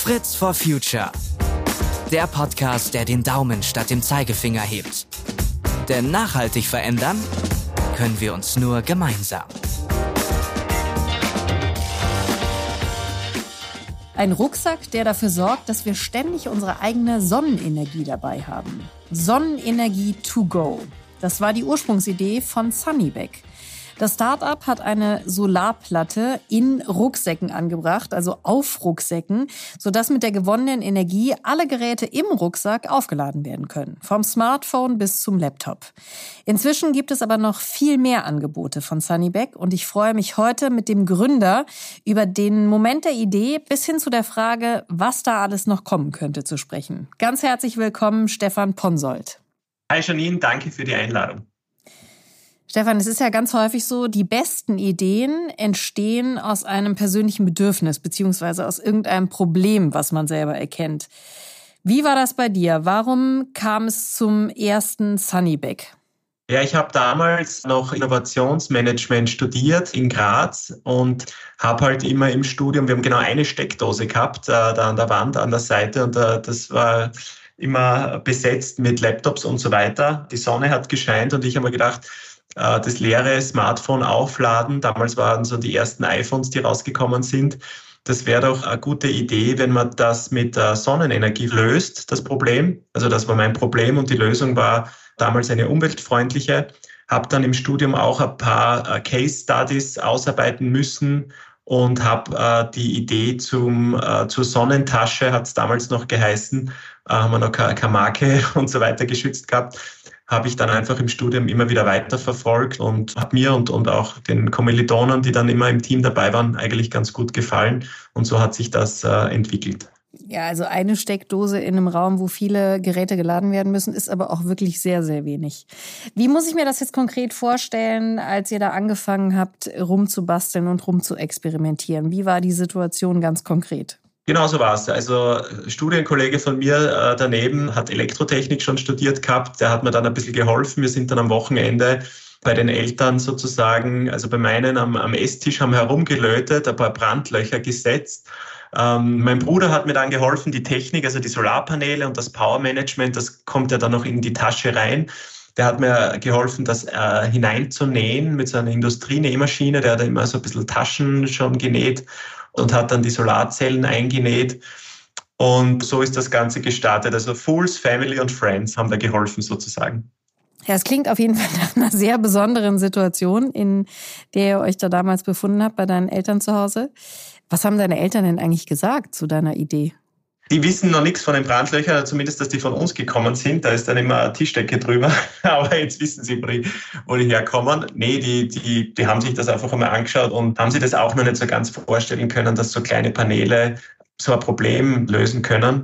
Fritz for Future. Der Podcast, der den Daumen statt dem Zeigefinger hebt. Denn nachhaltig verändern können wir uns nur gemeinsam. Ein Rucksack, der dafür sorgt, dass wir ständig unsere eigene Sonnenenergie dabei haben. Sonnenenergie to go. Das war die Ursprungsidee von Sunnyback. Das Start-up hat eine Solarplatte in Rucksäcken angebracht, also auf Rucksäcken, sodass mit der gewonnenen Energie alle Geräte im Rucksack aufgeladen werden können. Vom Smartphone bis zum Laptop. Inzwischen gibt es aber noch viel mehr Angebote von Sunnyback und ich freue mich heute mit dem Gründer über den Moment der Idee bis hin zu der Frage, was da alles noch kommen könnte, zu sprechen. Ganz herzlich willkommen, Stefan Ponsoldt. Hi Janine, danke für die Einladung. Stefan, es ist ja ganz häufig so, die besten Ideen entstehen aus einem persönlichen Bedürfnis beziehungsweise aus irgendeinem Problem, was man selber erkennt. Wie war das bei dir? Warum kam es zum ersten Sunnyback? Ja, ich habe damals noch Innovationsmanagement studiert in Graz und habe halt immer im Studium, wir haben genau eine Steckdose gehabt, da an der Wand, an der Seite und das war immer besetzt mit Laptops und so weiter. Die Sonne hat gescheint und ich habe mir gedacht, das leere Smartphone aufladen. Damals waren so die ersten iPhones, die rausgekommen sind. Das wäre doch eine gute Idee, wenn man das mit Sonnenenergie löst, das Problem. Also das war mein Problem und die Lösung war damals eine umweltfreundliche. Habe dann im Studium auch ein paar Case Studies ausarbeiten müssen und habe die Idee zur Sonnentasche, hat es damals noch geheißen, haben wir noch keine Marke und so weiter geschützt gehabt, habe ich dann einfach im Studium immer wieder weiterverfolgt und habe mir und auch den Kommilitonen, die dann immer im Team dabei waren, eigentlich ganz gut gefallen. Und so hat sich das entwickelt. Ja, also eine Steckdose in einem Raum, wo viele Geräte geladen werden müssen, ist aber auch wirklich sehr, sehr wenig. Wie muss ich mir das jetzt konkret vorstellen, als ihr da angefangen habt, rumzubasteln und rumzuexperimentieren? Wie war die Situation ganz konkret? Genau so war es. Also Studienkollege von mir daneben hat Elektrotechnik schon studiert gehabt. Der hat mir dann ein bisschen geholfen. Wir sind dann am Wochenende bei den Eltern sozusagen, also bei meinen am Esstisch, haben herumgelötet, ein paar Brandlöcher gesetzt. Mein Bruder hat mir dann geholfen, die Technik, also die Solarpaneele und das Powermanagement, das kommt ja dann noch in die Tasche rein. Der hat mir geholfen, das hineinzunähen mit so einer Industrienähmaschine. Der hat immer so ein bisschen Taschen schon genäht und hat dann die Solarzellen eingenäht. Und so ist das Ganze gestartet. Also Fools, Family und Friends haben da geholfen sozusagen. Ja, es klingt auf jeden Fall nach einer sehr besonderen Situation, in der ihr euch da damals befunden habt, bei deinen Eltern zu Hause. Was haben deine Eltern denn eigentlich gesagt zu deiner Idee? Die wissen noch nichts von den Brandlöchern, zumindest, dass die von uns gekommen sind. Da ist dann immer eine Tischdecke drüber. Aber jetzt wissen sie, wo die herkommen. Nee, die haben sich das einfach einmal angeschaut und haben sich das auch noch nicht so ganz vorstellen können, dass so kleine Paneele so ein Problem lösen können.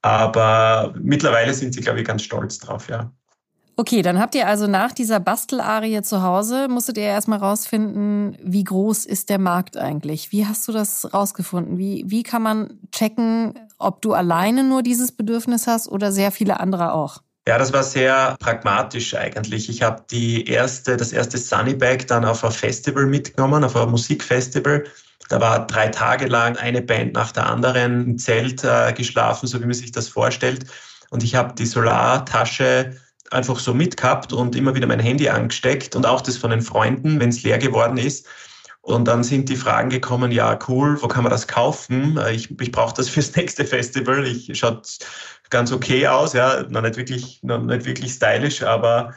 Aber mittlerweile sind sie, glaube ich, ganz stolz drauf, ja. Okay, dann habt ihr also nach dieser Bastelarie zu Hause, musstet ihr erstmal rausfinden, wie groß ist der Markt eigentlich? Wie hast du das rausgefunden? Wie kann man checken, ob du alleine nur dieses Bedürfnis hast oder sehr viele andere auch? Ja, das war sehr pragmatisch eigentlich. Ich habe das erste Sunnyback dann auf ein Festival mitgenommen, auf ein Musikfestival. Da war 3 Tage lang eine Band nach der anderen im Zelt geschlafen, so wie man sich das vorstellt. Und ich habe die Solartasche einfach so mitgehabt und immer wieder mein Handy angesteckt und auch das von den Freunden, wenn es leer geworden ist. Und dann sind die Fragen gekommen, ja cool, wo kann man das kaufen? Ich brauche das fürs nächste Festival. Schaut ganz okay aus, ja, noch nicht wirklich stylisch, aber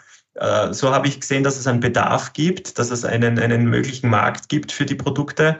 so habe ich gesehen, dass es einen Bedarf gibt, dass es einen möglichen Markt gibt für die Produkte.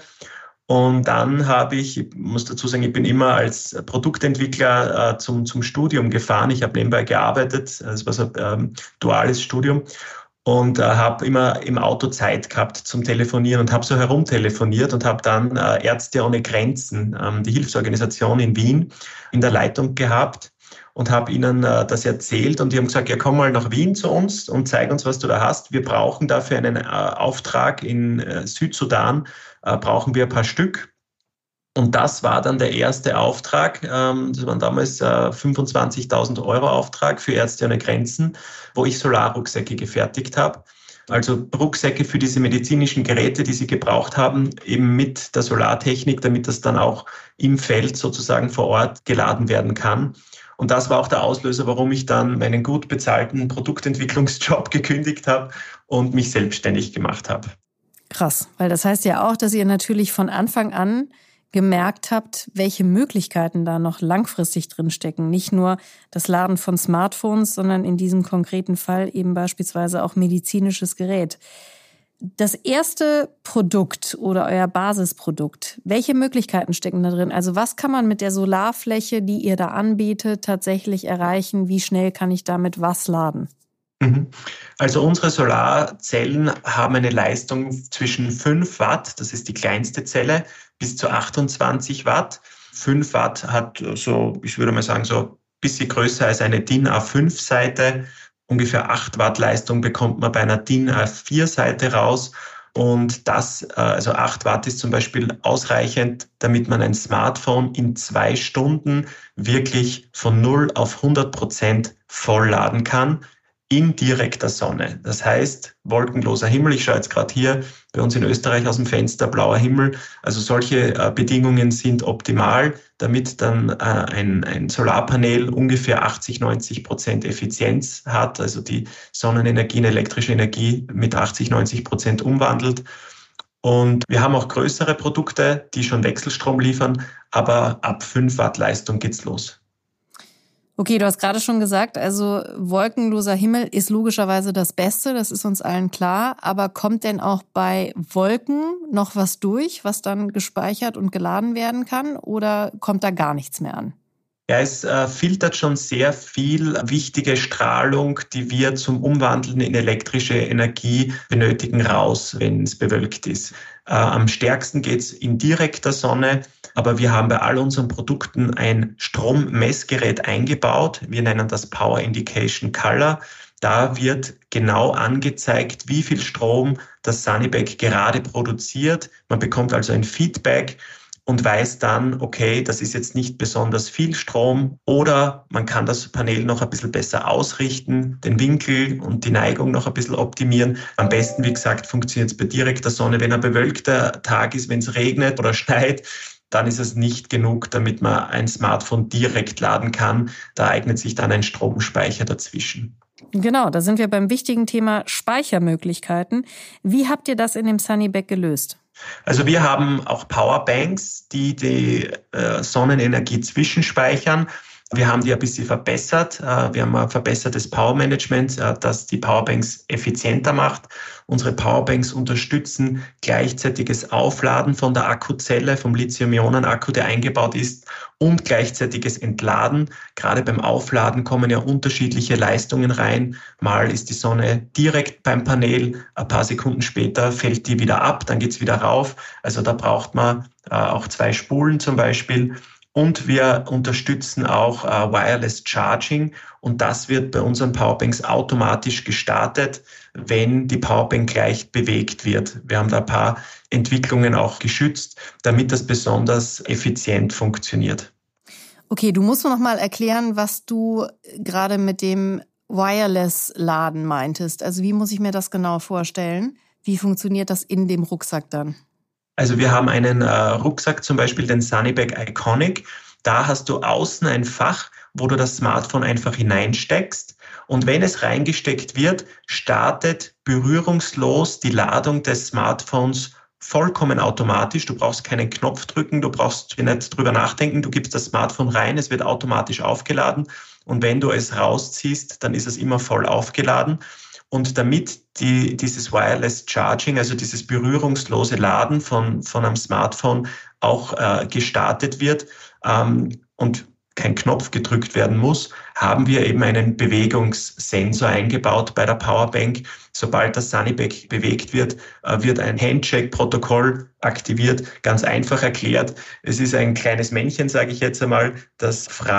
Und dann ich muss dazu sagen, ich bin immer als Produktentwickler zum Studium gefahren. Ich habe nebenbei gearbeitet, es war so ein duales Studium und habe immer im Auto Zeit gehabt zum Telefonieren und habe so herumtelefoniert und habe dann Ärzte ohne Grenzen, die Hilfsorganisation in Wien, in der Leitung gehabt und habe ihnen das erzählt und die haben gesagt, ja komm mal nach Wien zu uns und zeig uns, was du da hast. Wir brauchen dafür einen Auftrag in Südsudan, brauchen wir ein paar Stück. Und das war dann der erste Auftrag. Das waren damals 25.000 € Auftrag für Ärzte ohne Grenzen, wo ich Solarrucksäcke gefertigt habe. Also Rucksäcke für diese medizinischen Geräte, die sie gebraucht haben, eben mit der Solartechnik, damit das dann auch im Feld sozusagen vor Ort geladen werden kann. Und das war auch der Auslöser, warum ich dann meinen gut bezahlten Produktentwicklungsjob gekündigt habe und mich selbstständig gemacht habe. Krass, weil das heißt ja auch, dass ihr natürlich von Anfang an gemerkt habt, welche Möglichkeiten da noch langfristig drinstecken. Nicht nur das Laden von Smartphones, sondern in diesem konkreten Fall eben beispielsweise auch medizinisches Gerät. Das erste Produkt oder euer Basisprodukt, welche Möglichkeiten stecken da drin? Also was kann man mit der Solarfläche, die ihr da anbietet, tatsächlich erreichen? Wie schnell kann ich damit was laden? Also unsere Solarzellen haben eine Leistung zwischen 5 Watt, das ist die kleinste Zelle, bis zu 28 Watt. 5 Watt hat so, ich würde mal sagen, so ein bisschen größer als eine DIN A5-Seite. Ungefähr 8 Watt Leistung bekommt man bei einer DIN A4-Seite raus. Und das, also 8 Watt ist zum Beispiel ausreichend, damit man ein Smartphone in 2 Stunden wirklich von 0 auf 100% voll laden kann. In direkter Sonne. Das heißt, wolkenloser Himmel. Ich schaue jetzt gerade hier bei uns in Österreich aus dem Fenster, blauer Himmel. Also solche Bedingungen sind optimal, damit dann ein Solarpanel ungefähr 80-90% Effizienz hat, also die Sonnenenergie in elektrische Energie mit 80-90% umwandelt. Und wir haben auch größere Produkte, die schon Wechselstrom liefern, aber ab 5 Watt Leistung geht's los. Okay, du hast gerade schon gesagt, also wolkenloser Himmel ist logischerweise das Beste, das ist uns allen klar. Aber kommt denn auch bei Wolken noch was durch, was dann gespeichert und geladen werden kann? Oder kommt da gar nichts mehr an? Ja, es filtert schon sehr viel wichtige Strahlung, die wir zum Umwandeln in elektrische Energie benötigen, raus, wenn es bewölkt ist. Am stärksten geht's in direkter Sonne, aber wir haben bei all unseren Produkten ein Strommessgerät eingebaut. Wir nennen das Power Indication Color. Da wird genau angezeigt, wie viel Strom das Sunnyback gerade produziert. Man bekommt also ein Feedback und weiß dann, okay, das ist jetzt nicht besonders viel Strom, oder man kann das Panel noch ein bisschen besser ausrichten, den Winkel und die Neigung noch ein bisschen optimieren. Am besten, wie gesagt, funktioniert es bei direkter Sonne. Wenn ein bewölkter Tag ist, wenn es regnet oder schneit, dann ist es nicht genug, damit man ein Smartphone direkt laden kann. Da eignet sich dann ein Stromspeicher dazwischen. Genau, da sind wir beim wichtigen Thema Speichermöglichkeiten. Wie habt ihr das in dem Sunnyback gelöst? Also wir haben auch Powerbanks, die Sonnenenergie zwischenspeichern. Wir haben die ein bisschen verbessert. Wir haben ein verbessertes Powermanagement, das die Powerbanks effizienter macht. Unsere Powerbanks unterstützen gleichzeitiges Aufladen von der Akkuzelle, vom Lithium-Ionen-Akku, der eingebaut ist, und gleichzeitiges Entladen. Gerade beim Aufladen kommen ja unterschiedliche Leistungen rein. Mal ist die Sonne direkt beim Panel, ein paar Sekunden später fällt die wieder ab, dann geht's wieder rauf. Also da braucht man auch 2 Spulen zum Beispiel. Und wir unterstützen auch Wireless Charging, und das wird bei unseren Powerbanks automatisch gestartet, wenn die Powerbank gleich bewegt wird. Wir haben da ein paar Entwicklungen auch geschützt, damit das besonders effizient funktioniert. Okay, du musst noch mal erklären, was du gerade mit dem Wireless-Laden meintest. Also wie muss ich mir das genau vorstellen? Wie funktioniert das in dem Rucksack dann? Also wir haben einen Rucksack, zum Beispiel den Sunnyback Iconic. Da hast du außen ein Fach, wo du das Smartphone einfach hineinsteckst. Und wenn es reingesteckt wird, startet berührungslos die Ladung des Smartphones vollkommen automatisch. Du brauchst keinen Knopf drücken, du brauchst nicht drüber nachdenken. Du gibst das Smartphone rein, es wird automatisch aufgeladen. Und wenn du es rausziehst, dann ist es immer voll aufgeladen. Und damit dieses Wireless Charging, also dieses berührungslose Laden von einem Smartphone auch gestartet wird und kein Knopf gedrückt werden muss, haben wir eben einen Bewegungssensor eingebaut bei der Powerbank. Sobald das Sunnyback bewegt wird, wird ein Handshake-Protokoll aktiviert. Ganz einfach erklärt. Es ist ein kleines Männchen, sage ich jetzt einmal, das fragt,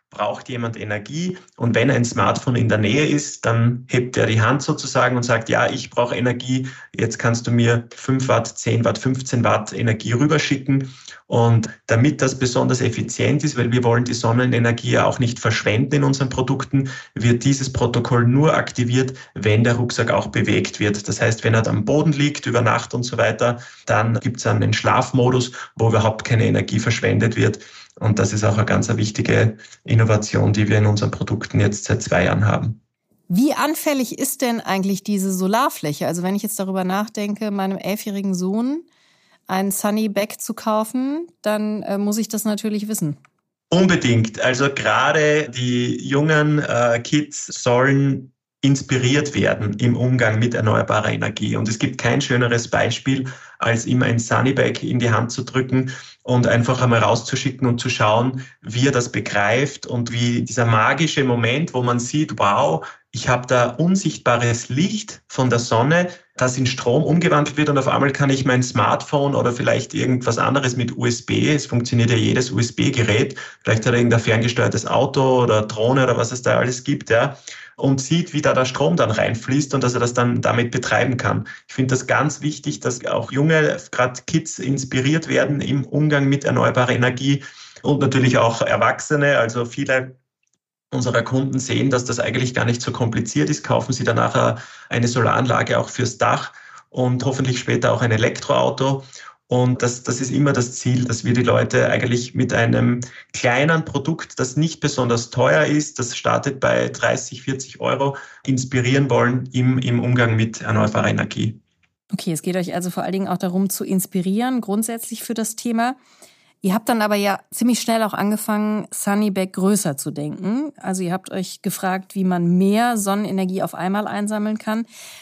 braucht jemand Energie und wenn ein Smartphone in der Nähe ist, dann hebt er die Hand sozusagen und sagt, ja, ich brauche Energie, jetzt kannst du mir 5 Watt, 10 Watt, 15 Watt Energie rüberschicken. Und damit das besonders effizient ist, weil wir wollen die Sonnenenergie ja auch nicht verschwenden in unseren Produkten, wird dieses Protokoll nur aktiviert, wenn der Rucksack auch bewegt wird. Das heißt, wenn er am Boden liegt, über Nacht und so weiter, dann gibt es einen Schlafmodus, wo überhaupt keine Energie verschwendet wird. Und das ist auch eine ganz wichtige Innovation, die wir in unseren Produkten jetzt seit 2 Jahren haben. Wie anfällig ist denn eigentlich diese Solarfläche? Also wenn ich jetzt darüber nachdenke, meinem 11-jährigen Sohn ein Sunnyback zu kaufen, dann muss ich das natürlich wissen. Unbedingt. Also gerade die jungen Kids sollen inspiriert werden im Umgang mit erneuerbarer Energie. Und es gibt kein schöneres Beispiel, als ihm ein Sunnyback in die Hand zu drücken und einfach einmal rauszuschicken und zu schauen, wie er das begreift und wie dieser magische Moment, wo man sieht, wow, ich habe da unsichtbares Licht von der Sonne, das in Strom umgewandelt wird und auf einmal kann ich mein Smartphone oder vielleicht irgendwas anderes mit USB, es funktioniert ja jedes USB-Gerät, vielleicht hat er irgendein ferngesteuertes Auto oder Drohne oder was es da alles gibt, ja, und sieht, wie da der Strom dann reinfließt und dass er das dann damit betreiben kann. Ich finde das ganz wichtig, dass auch junge, gerade Kids inspiriert werden im Umgang mit erneuerbarer Energie und natürlich auch Erwachsene, also viele unserer Kunden sehen, dass das eigentlich gar nicht so kompliziert ist, kaufen sie dann nachher eine Solaranlage auch fürs Dach und hoffentlich später auch ein Elektroauto. Und das ist immer das Ziel, dass wir die Leute eigentlich mit einem kleinen Produkt, das nicht besonders teuer ist, das startet bei 30, 40 Euro, inspirieren wollen im Umgang mit erneuerbarer Energie. Okay, es geht euch also vor allen Dingen auch darum zu inspirieren, grundsätzlich für das Thema. Ihr habt dann aber ja ziemlich schnell auch angefangen, Sunnyback größer zu denken. Also ihr habt euch gefragt, wie man mehr Sonnenenergie auf einmal einsammeln kann.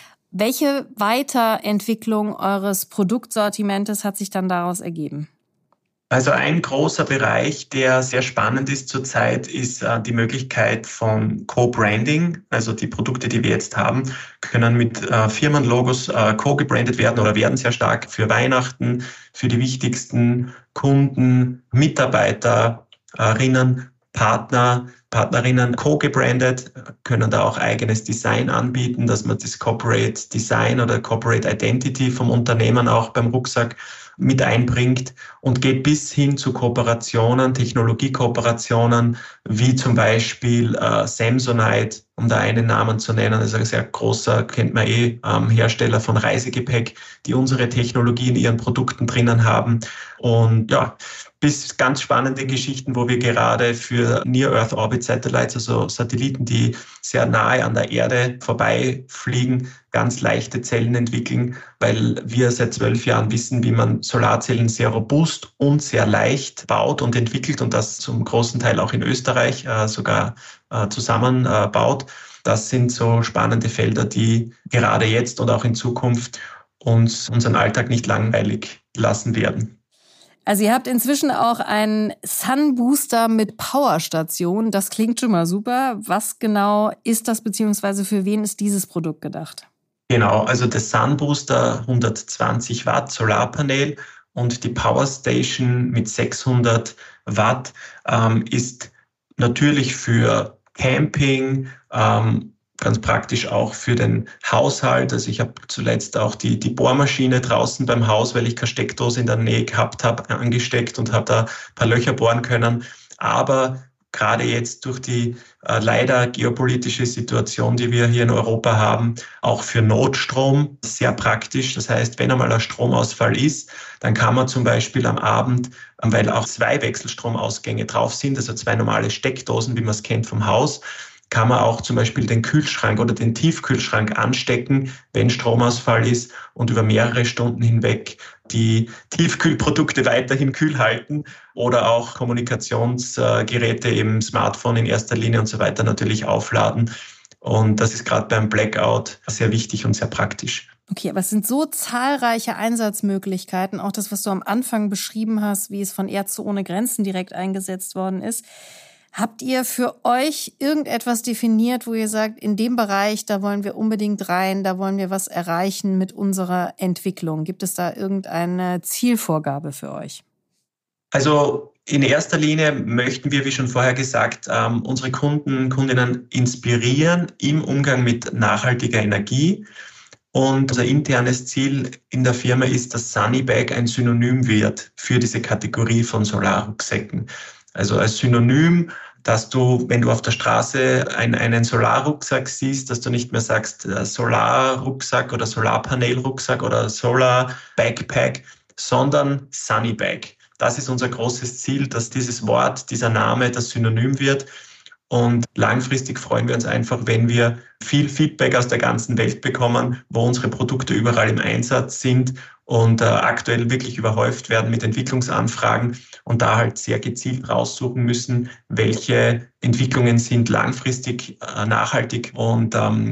Welche Weiterentwicklung eures Produktsortimentes hat sich dann daraus ergeben? Also ein großer Bereich, der sehr spannend ist zurzeit, ist die Möglichkeit von Co-Branding. Also die Produkte, die wir jetzt haben, können mit Firmenlogos co-gebrandet werden oder werden sehr stark für Weihnachten, für die wichtigsten Kunden, Mitarbeiterinnen, Partnerinnen co-gebrandet, können da auch eigenes Design anbieten, dass man das Corporate Design oder Corporate Identity vom Unternehmen auch beim Rucksack mit einbringt und geht bis hin zu Kooperationen, Technologiekooperationen, wie zum Beispiel Samsonite, um da einen Namen zu nennen, das ist ein sehr großer, kennt man Hersteller von Reisegepäck, die unsere Technologie in ihren Produkten drinnen haben. Und ja, bis ganz spannende Geschichten, wo wir gerade für Near-Earth Orbit Satellites, also Satelliten, die sehr nahe an der Erde vorbeifliegen, ganz leichte Zellen entwickeln, weil wir seit 12 Jahren wissen, wie man Solarzellen sehr robust und sehr leicht baut und entwickelt und das zum großen Teil auch in Österreich sogar zusammenbaut. Das sind so spannende Felder, die gerade jetzt und auch in Zukunft uns unseren Alltag nicht langweilig lassen werden. Also ihr habt inzwischen auch einen Sunbooster mit Powerstation. Das klingt schon mal super. Was genau ist das, beziehungsweise für wen ist dieses Produkt gedacht? Genau, also der Sunbooster 120 Watt Solarpanel und die Powerstation mit 600 Watt ist natürlich für Camping, ganz praktisch auch für den Haushalt. Also ich habe zuletzt auch die Bohrmaschine draußen beim Haus, weil ich keine Steckdose in der Nähe gehabt habe, angesteckt und habe da ein paar Löcher bohren können. Aber gerade jetzt durch die leider geopolitische Situation, die wir hier in Europa haben, auch für Notstrom sehr praktisch. Das heißt, wenn einmal ein Stromausfall ist, dann kann man zum Beispiel am Abend, weil auch 2 Wechselstromausgänge drauf sind, also 2 normale Steckdosen, wie man es kennt vom Haus, kann man auch zum Beispiel den Kühlschrank oder den Tiefkühlschrank anstecken, wenn Stromausfall ist und über mehrere Stunden hinweg die Tiefkühlprodukte weiterhin kühl halten oder auch Kommunikationsgeräte, eben Smartphone in erster Linie und so weiter natürlich aufladen. Und das ist gerade beim Blackout sehr wichtig und sehr praktisch. Okay, aber es sind so zahlreiche Einsatzmöglichkeiten, auch das, was du am Anfang beschrieben hast, wie es von Ärzte ohne Grenzen direkt eingesetzt worden ist. Habt ihr für euch irgendetwas definiert, wo ihr sagt, in dem Bereich, da wollen wir unbedingt rein, da wollen wir was erreichen mit unserer Entwicklung? Gibt es da irgendeine Zielvorgabe für euch? Also In erster Linie möchten wir, wie schon vorher gesagt, unsere Kundinnen inspirieren im Umgang mit nachhaltiger Energie. Und unser internes Ziel in der Firma ist, dass Sunnyback ein Synonym wird für diese Kategorie von Solarrucksäcken. Also als Synonym, dass du, wenn du auf der Straße einen Solarrucksack siehst, dass du nicht mehr sagst Solarrucksack oder Solarpanelrucksack oder Solar Backpack, sondern Sunnyback. Das ist unser großes Ziel, dass dieses Wort, dieser Name das Synonym wird. Und langfristig freuen wir uns einfach, wenn wir viel Feedback aus der ganzen Welt bekommen, wo unsere Produkte überall im Einsatz sind und aktuell wirklich überhäuft werden mit Entwicklungsanfragen und da halt sehr gezielt raussuchen müssen, welche Entwicklungen sind langfristig nachhaltig und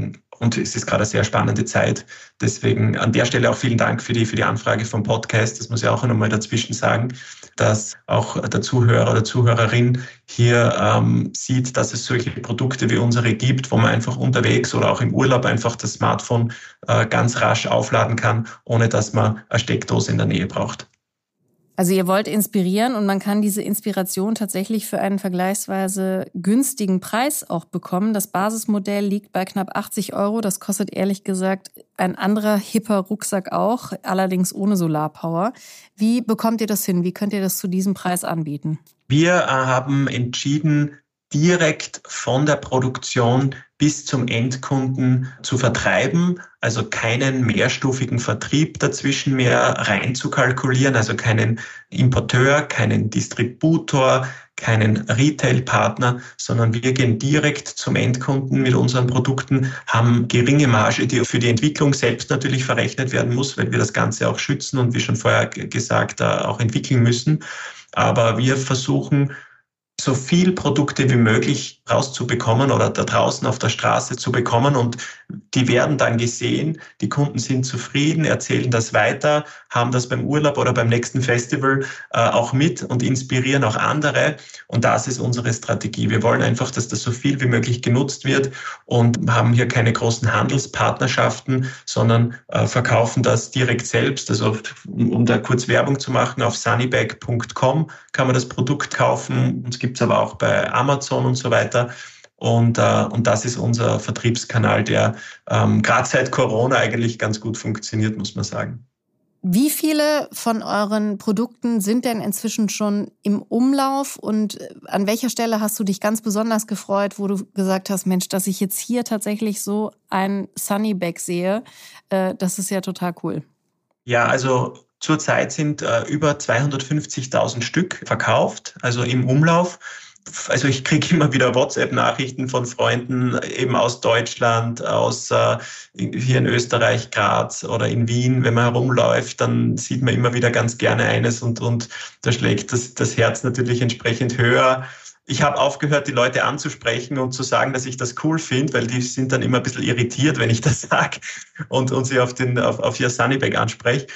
es ist gerade eine sehr spannende Zeit. Deswegen an der Stelle auch vielen Dank für die Anfrage vom Podcast. Das muss ich auch nochmal dazwischen sagen, dass auch der Zuhörer oder Zuhörerin hier sieht, dass es solche Produkte wie unsere gibt, wo man einfach unterwegs oder auch im Urlaub einfach das Smartphone ganz rasch aufladen kann, ohne dass man eine Steckdose in der Nähe braucht. Also ihr wollt inspirieren und man kann diese Inspiration tatsächlich für einen vergleichsweise günstigen Preis auch bekommen. Das Basismodell liegt bei knapp 80 €. Das kostet ehrlich gesagt ein anderer hipper Rucksack auch, allerdings ohne Solarpower. Wie bekommt ihr das hin? Wie könnt ihr das zu diesem Preis anbieten? Wir haben entschieden, direkt von der Produktion bis zum Endkunden zu vertreiben, also keinen mehrstufigen Vertrieb dazwischen mehr reinzukalkulieren, also keinen Importeur, keinen Distributor, keinen Retail-Partner, sondern wir gehen direkt zum Endkunden mit unseren Produkten, haben geringe Marge, die für die Entwicklung selbst natürlich verrechnet werden muss, weil wir das Ganze auch schützen und wie schon vorher gesagt, auch entwickeln müssen. Aber wir versuchen, so viel Produkte wie möglich rauszubekommen oder da draußen auf der Straße zu bekommen und die werden dann gesehen, die Kunden sind zufrieden, erzählen das weiter, haben das beim Urlaub oder beim nächsten Festival auch mit und inspirieren auch andere und das ist unsere Strategie. Wir wollen einfach, dass das so viel wie möglich genutzt wird und haben hier keine großen Handelspartnerschaften, sondern verkaufen das direkt selbst. Also um da kurz Werbung zu machen, auf sunnyback.com kann man das Produkt kaufen. Uns gibt es aber auch bei Amazon und so weiter. Und das ist unser Vertriebskanal, der gerade seit Corona eigentlich ganz gut funktioniert, muss man sagen. Wie viele von euren Produkten sind denn inzwischen schon im Umlauf und an welcher Stelle hast du dich ganz besonders gefreut, wo du gesagt hast, Mensch, dass ich jetzt hier tatsächlich so ein Sunnyback sehe, das ist ja total cool. Ja, also zurzeit sind über 250.000 Stück verkauft, also im Umlauf. Also ich kriege immer wieder WhatsApp-Nachrichten von Freunden eben aus Deutschland, aus hier in Österreich, Graz oder in Wien. Wenn man herumläuft, dann sieht man immer wieder ganz gerne eines und da schlägt das Herz natürlich entsprechend höher. Ich habe aufgehört, die Leute anzusprechen und zu sagen, dass ich das cool finde, weil die sind dann immer ein bisschen irritiert, wenn ich das sage und sie auf ihr Sunnyback anspreche.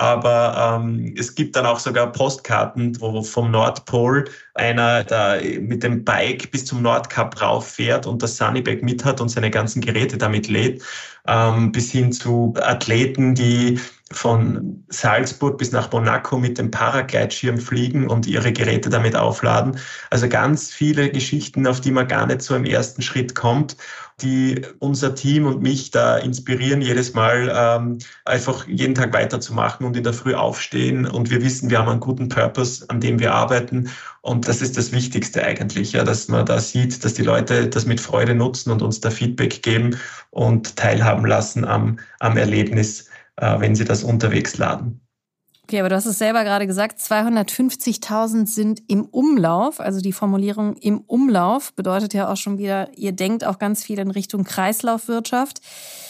Aber es gibt dann auch sogar Postkarten, wo vom Nordpol einer da mit dem Bike bis zum Nordkap rauffährt und das Sunnyback mit hat und seine ganzen Geräte damit lädt, bis hin zu Athleten, die von Salzburg bis nach Monaco mit dem Paragleitschirm fliegen und ihre Geräte damit aufladen. Also ganz viele Geschichten, auf die man gar nicht so im ersten Schritt kommt, die unser Team und mich da inspirieren, jedes Mal einfach jeden Tag weiterzumachen und in der Früh aufstehen. Und wir wissen, wir haben einen guten Purpose, an dem wir arbeiten. Und das ist das Wichtigste eigentlich, ja, dass man da sieht, dass die Leute das mit Freude nutzen und uns da Feedback geben und teilhaben lassen am Erlebnis, wenn sie das unterwegs laden. Okay, aber du hast es selber gerade gesagt, 250.000 sind im Umlauf. Also die Formulierung im Umlauf bedeutet ja auch schon wieder, ihr denkt auch ganz viel in Richtung Kreislaufwirtschaft.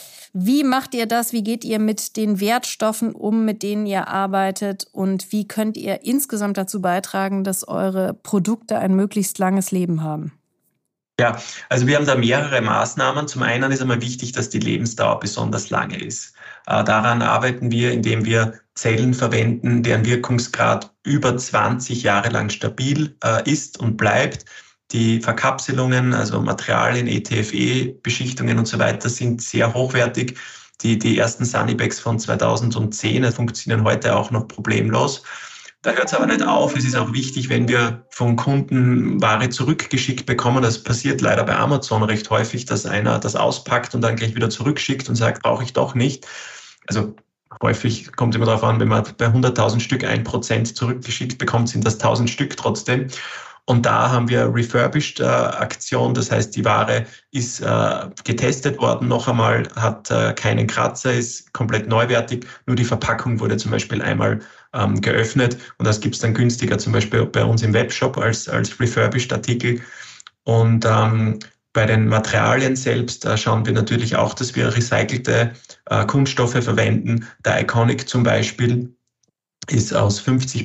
Wie macht ihr das? Wie geht ihr mit den Wertstoffen um, mit denen ihr arbeitet? Und wie könnt ihr insgesamt dazu beitragen, dass eure Produkte ein möglichst langes Leben haben? Ja, also wir haben da mehrere Maßnahmen. Zum einen ist einmal wichtig, dass die Lebensdauer besonders lange ist. Daran arbeiten wir, indem wir Zellen verwenden, deren Wirkungsgrad über 20 Jahre lang stabil ist und bleibt. Die Verkapselungen, also Materialien, ETFE-Beschichtungen und so weiter sind sehr hochwertig. Die ersten Sunnybacks von 2010 funktionieren heute auch noch problemlos. Da hört es aber nicht auf. Es ist auch wichtig, wenn wir von Kunden Ware zurückgeschickt bekommen. Das passiert leider bei Amazon recht häufig, dass einer das auspackt und dann gleich wieder zurückschickt und sagt, brauche ich doch nicht. Also häufig kommt immer darauf an, wenn man bei 100.000 Stück 1% zurückgeschickt bekommt, sind das 1.000 Stück trotzdem. Und da haben wir Refurbished-Aktion, das heißt, die Ware ist getestet worden, noch einmal, hat keinen Kratzer, ist komplett neuwertig, nur die Verpackung wurde zum Beispiel einmal geöffnet und das gibt's dann günstiger, zum Beispiel bei uns im Webshop als Refurbished-Artikel. Und bei den Materialien selbst schauen wir natürlich auch, dass wir recycelte Kunststoffe verwenden. Der Iconic zum Beispiel ist aus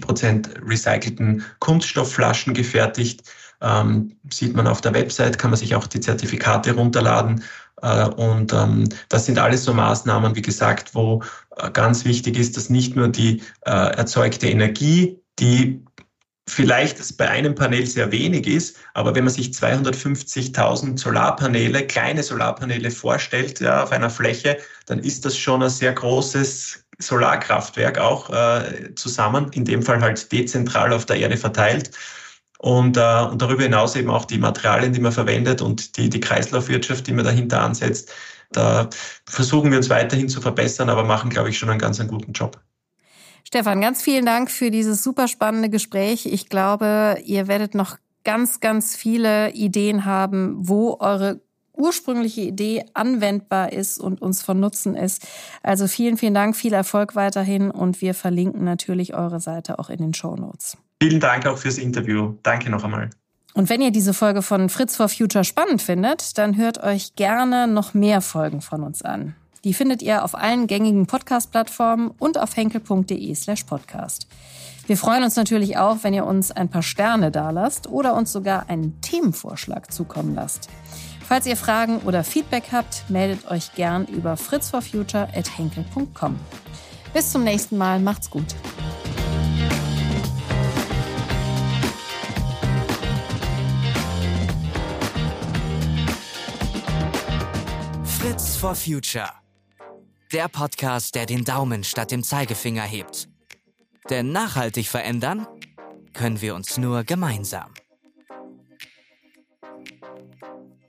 50% recycelten Kunststoffflaschen gefertigt. Sieht man auf der Website, kann man sich auch die Zertifikate runterladen. Und das sind alles so Maßnahmen, wie gesagt, wo ganz wichtig ist, dass nicht nur die erzeugte Energie, die vielleicht bei einem Panel sehr wenig ist, aber wenn man sich 250.000 Solarpaneele, kleine Solarpaneele vorstellt, ja, auf einer Fläche, dann ist das schon ein sehr großes Solarkraftwerk auch zusammen, in dem Fall halt dezentral auf der Erde verteilt. Und darüber hinaus eben auch die Materialien, die man verwendet und die Kreislaufwirtschaft, die man dahinter ansetzt. Da versuchen wir uns weiterhin zu verbessern, aber machen, glaube ich, schon einen ganz guten Job. Stefan, ganz vielen Dank für dieses super spannende Gespräch. Ich glaube, ihr werdet noch ganz, ganz viele Ideen haben, wo eure ursprüngliche Idee anwendbar ist und uns von Nutzen ist. Also vielen, vielen Dank, viel Erfolg weiterhin und wir verlinken natürlich eure Seite auch in den Shownotes. Vielen Dank auch fürs Interview. Danke noch einmal. Und wenn ihr diese Folge von Fritz for Future spannend findet, dann hört euch gerne noch mehr Folgen von uns an. Die findet ihr auf allen gängigen Podcast-Plattformen und auf henkel.de/podcast. Wir freuen uns natürlich auch, wenn ihr uns ein paar Sterne dalasst oder uns sogar einen Themenvorschlag zukommen lasst. Falls ihr Fragen oder Feedback habt, meldet euch gern über fritzforfuture@henkel.com. Bis zum nächsten Mal, macht's gut. Fritz for Future. Der Podcast, der den Daumen statt dem Zeigefinger hebt. Denn nachhaltig verändern können wir uns nur gemeinsam.